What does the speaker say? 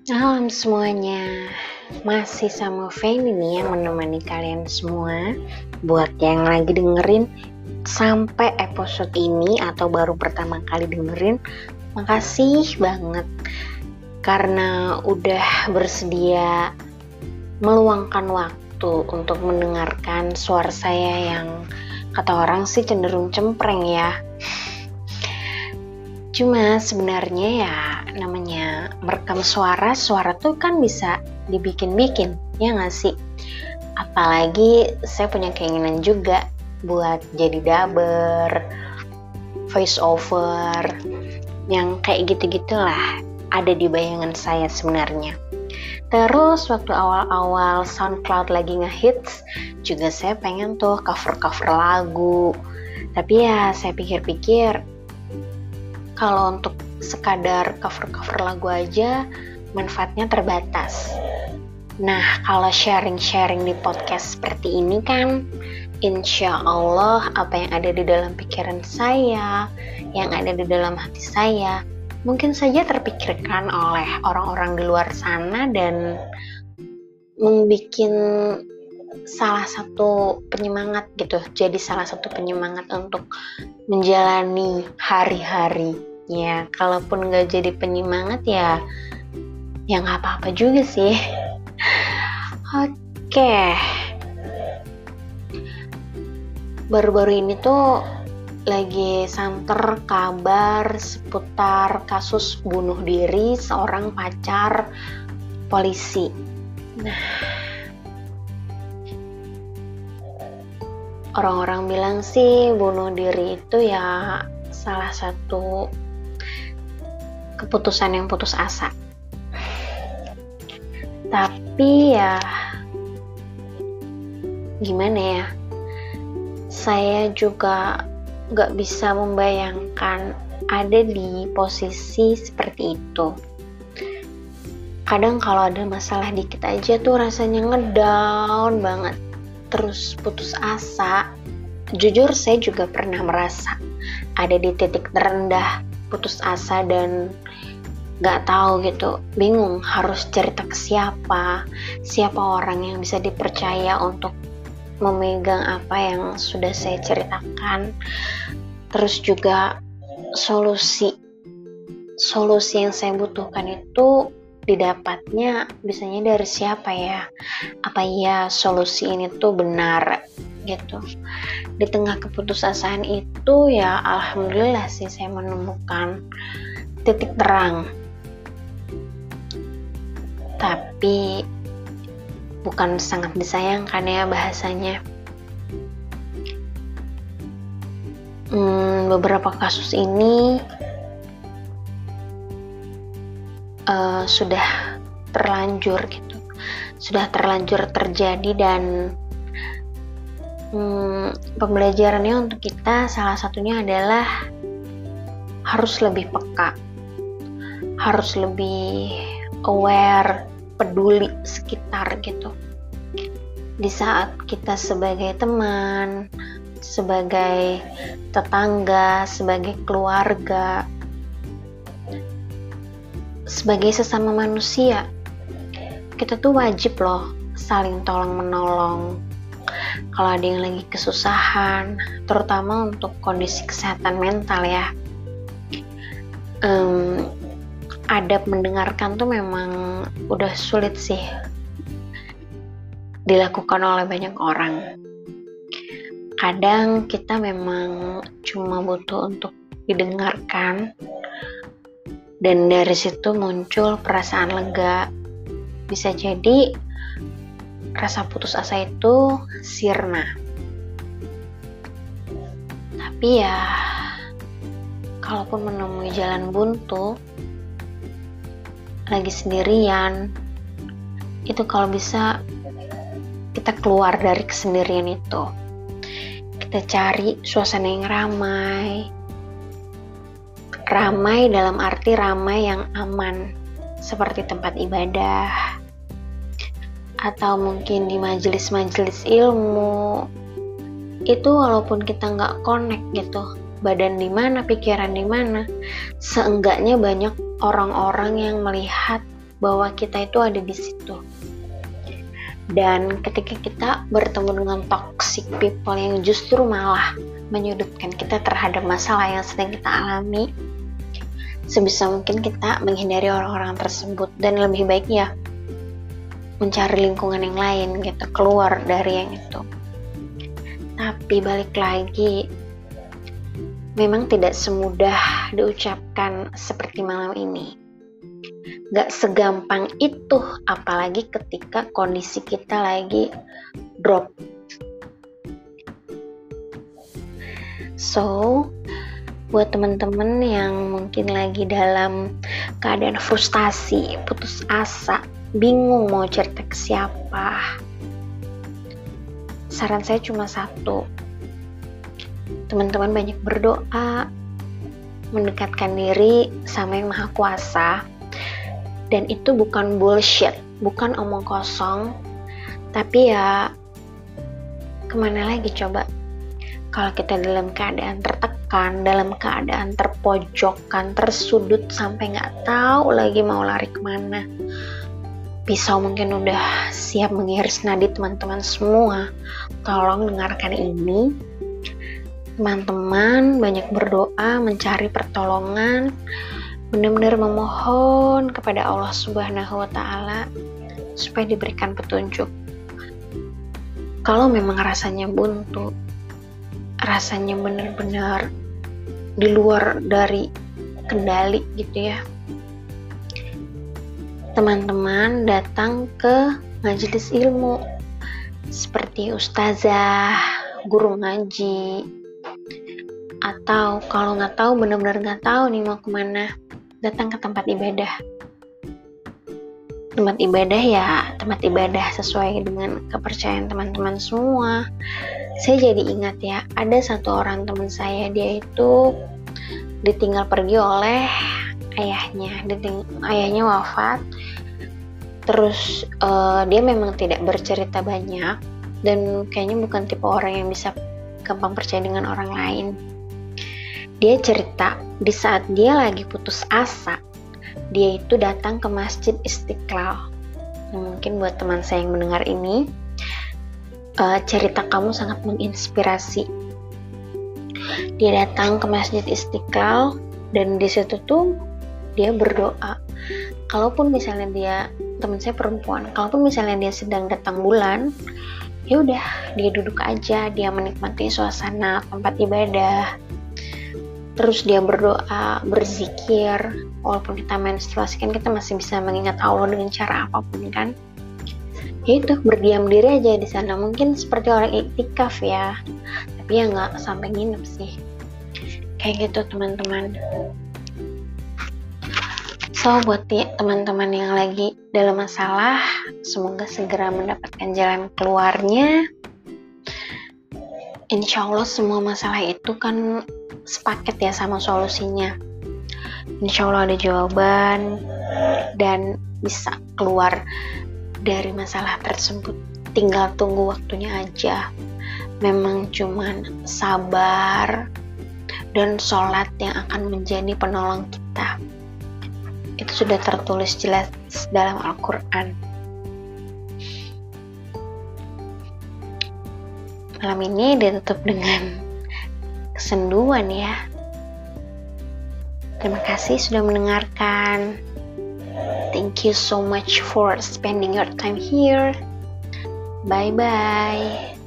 Malam semuanya, masih sama Feni nih yang menemani kalian semua. Buat yang lagi dengerin sampai episode ini atau baru pertama kali dengerin, makasih banget karena udah bersedia meluangkan waktu untuk mendengarkan suara saya yang kata orang sih cenderung cempreng ya. Cuma sebenarnya ya namanya merekam suara tuh kan bisa dibikin-bikin, ya nggak sih? Apalagi saya punya keinginan juga buat jadi dubber, voice over, yang kayak gitu-gitulah ada di bayangan saya sebenarnya. Terus waktu awal-awal SoundCloud lagi ngehits, juga saya pengen tuh cover-cover lagu. Tapi ya saya pikir-pikir, kalau untuk sekadar cover-cover lagu aja, manfaatnya terbatas. Nah, kalau sharing-sharing di podcast seperti ini kan, insya Allah apa yang ada di dalam pikiran saya, yang ada di dalam hati saya, mungkin saja terpikirkan oleh orang-orang di luar sana dan membuat salah satu penyemangat gitu. Jadi salah satu penyemangat untuk menjalani hari-hari. Ya, kalaupun nggak jadi penyemangat ya nggak apa-apa juga sih. Oke. Baru-baru ini tuh lagi santer kabar seputar kasus bunuh diri seorang pacar polisi. Nah, orang-orang bilang sih bunuh diri itu ya salah satu keputusan yang putus asa. Tapi ya gimana ya, saya juga gak bisa membayangkan ada di posisi seperti itu. Kadang kalau ada masalah dikit aja tuh rasanya ngedown banget, terus putus asa. Jujur saya juga pernah merasa ada di titik terendah, putus asa dan gak tahu gitu, bingung harus cerita ke siapa orang yang bisa dipercaya untuk memegang apa yang sudah saya ceritakan. Terus juga solusi yang saya butuhkan itu didapatnya bisanya dari siapa ya? Apa ya solusi ini tuh benar gitu. Di tengah keputusasaan itu ya alhamdulillah sih saya menemukan titik terang. Tapi bukan sangat disayangkan ya bahasanya. Beberapa kasus ini sudah terlanjur gitu, sudah terlanjur terjadi dan pembelajarannya untuk kita salah satunya adalah harus lebih peka, harus lebih aware, peduli sekitar gitu. Di saat kita sebagai teman, sebagai tetangga, sebagai keluarga, sebagai sesama manusia, kita tuh wajib loh saling tolong menolong. Kalau ada yang lagi kesusahan, terutama untuk kondisi kesehatan mental ya, adab mendengarkan tuh memang udah sulit sih dilakukan oleh banyak orang. Kadang kita memang cuma butuh untuk didengarkan dan dari situ muncul perasaan lega. Bisa jadi rasa putus asa itu sirna. Tapi ya kalaupun menemui jalan buntu, lagi sendirian, itu kalau bisa kita keluar dari kesendirian itu. Kita cari suasana yang ramai dalam arti ramai yang aman, seperti tempat ibadah atau mungkin di majelis-majelis ilmu. Itu walaupun kita nggak connect gitu, badan di mana, pikiran di mana, seenggaknya banyak orang-orang yang melihat bahwa kita itu ada di situ. Dan ketika kita bertemu dengan toxic people yang justru malah menyudutkan kita terhadap masalah yang sedang kita alami, sebisa mungkin kita menghindari orang-orang tersebut dan lebih baik ya mencari lingkungan yang lain gitu, keluar dari yang itu. Tapi balik lagi, memang tidak semudah diucapkan seperti malam ini. Gak segampang itu, apalagi ketika kondisi kita lagi drop. So, buat teman-teman yang mungkin lagi dalam keadaan frustasi, putus asa, bingung mau cerita ke siapa, saran saya cuma satu. Teman-teman banyak berdoa, mendekatkan diri sama Yang Maha Kuasa. Dan itu bukan bullshit, bukan omong kosong. Tapi ya, kemana lagi coba? Kalau kita dalam keadaan tertekan, dalam keadaan terpojokkan, tersudut sampai nggak tahu lagi mau lari kemana. Pisau mungkin udah siap mengiris nadi teman-teman semua. Tolong dengarkan ini. Teman-teman banyak berdoa, mencari pertolongan, benar-benar memohon kepada Allah Subhanahu wa Ta'ala supaya diberikan petunjuk. Kalau memang rasanya buntu, rasanya benar-benar di luar dari kendali gitu ya, teman-teman datang ke majelis ilmu seperti ustazah, guru ngaji, atau kalau nggak tahu, benar-benar nggak tahu nih mau kemana, datang ke tempat ibadah. Tempat ibadah ya tempat ibadah sesuai dengan kepercayaan teman-teman semua. Saya jadi ingat ya, ada satu orang teman saya, dia itu ditinggal pergi oleh ayahnya. Ayahnya wafat. Terus dia memang tidak bercerita banyak dan kayaknya bukan tipe orang yang bisa gampang percaya dengan orang lain. Dia cerita di saat dia lagi putus asa, dia itu datang ke Masjid Istiqlal. Nah, mungkin buat teman saya yang mendengar ini, cerita kamu sangat menginspirasi. Dia datang ke Masjid Istiqlal dan di situ tuh dia berdoa. Kalaupun misalnya dia, teman saya perempuan, kalaupun misalnya dia sedang datang bulan, ya udah dia duduk aja, dia menikmati suasana tempat ibadah. Terus dia berdoa, berzikir. Walaupun kita menstruasi kan kita masih bisa mengingat Allah dengan cara apapun kan. Ya itu, berdiam diri aja di sana. Mungkin seperti orang iktikaf ya, tapi ya nggak sampai nginep sih. Kayak gitu teman-teman. So buat teman-teman yang lagi dalam masalah, semoga segera mendapatkan jalan keluarnya. Insya Allah semua masalah itu kan sepaket ya sama solusinya. Insya Allah ada jawaban dan bisa keluar dari masalah tersebut. Tinggal tunggu waktunya aja. Memang cuman sabar dan sholat yang akan menjadi penolong kita. Itu sudah tertulis jelas dalam Al-Quran. Malam ini ditutup dengan kesenduan ya. Terima kasih sudah mendengarkan. Thank you so much for spending your time here. Bye bye.